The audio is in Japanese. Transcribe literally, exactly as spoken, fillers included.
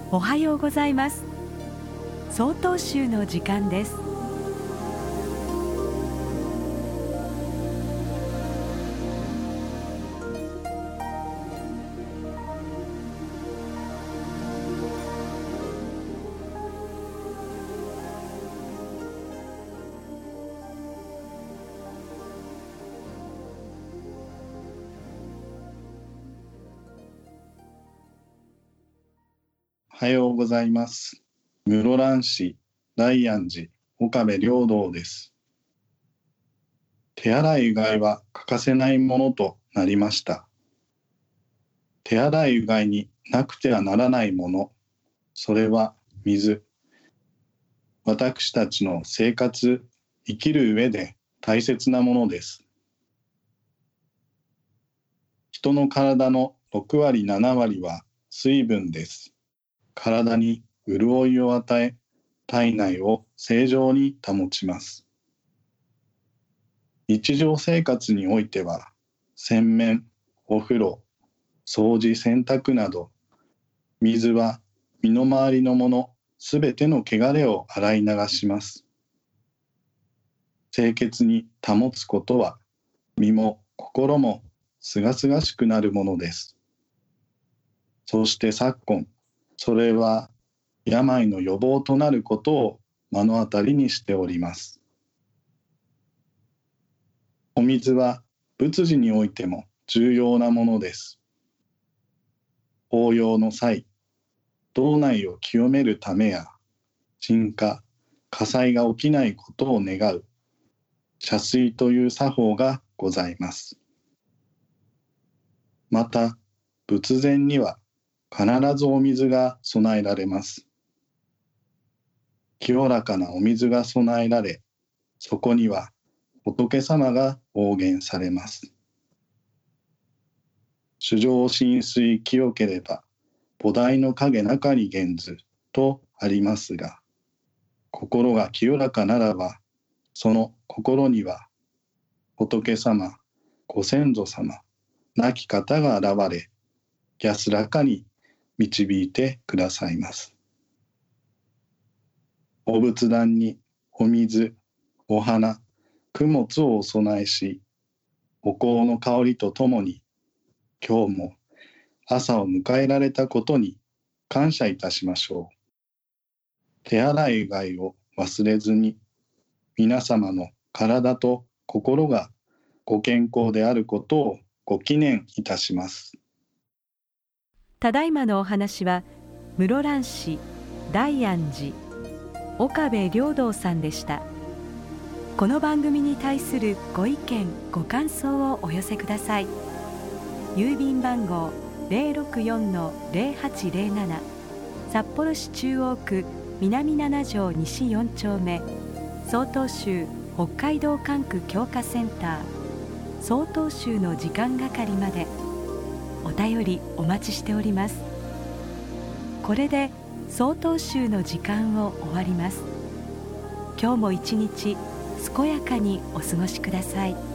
おはようございます。曹洞宗の時間です。 おはようございます。室蘭市大安寺岡部良道です。手洗いうがいは欠かせないものとなりました。手洗いうがいになくてはならないもの、それは水。私たちの生活、生きる上で大切なものです。人の体のろくわりななわりは水分です。体に潤いを与え、体内を正常に保ちます。日常生活においては、洗面、お風呂、掃除、洗濯など、水は身の回りのものすべての汚れを洗い流します。清潔に保つことは、身も心もすがすがしくなるものです。そして昨今、それは病の予防となることを目の当たりにしております。お水は仏事においても重要なものです。法要の際、道内を清めるためや、鎮火、火災が起きないことを願う、洒水という作法がございます。また、仏前には必ずお水が供えられます。清らかなお水が供えられ、そこには仏様が応現されます。主上浸水清ければ、菩提の影中に現ずとありますが、心が清らかならば、その心には仏様、ご先祖様、亡き方が現れ、安らかに導いてくださいます。お仏壇にお水、お花、供物をお供えし、お香の香りとともに、今日も朝を迎えられたことに感謝いたしましょう。手洗いうがいを忘れずに、皆様の体と心がご健康であることをご祈念いたします。 ただいまのお話は室蘭市大安寺岡部良道さんでした。この番組に対するご意見ご感想をお寄せください。郵便番号 ゼロろくよんのゼロはちゼロなな 札幌市中央区南なな条西よん丁目、曹洞宗北海道管区強化センター曹洞宗の時間係まで。お便りお待ちしております。これで曹洞宗の時間を終わります。今日も一日健やかにお過ごしください。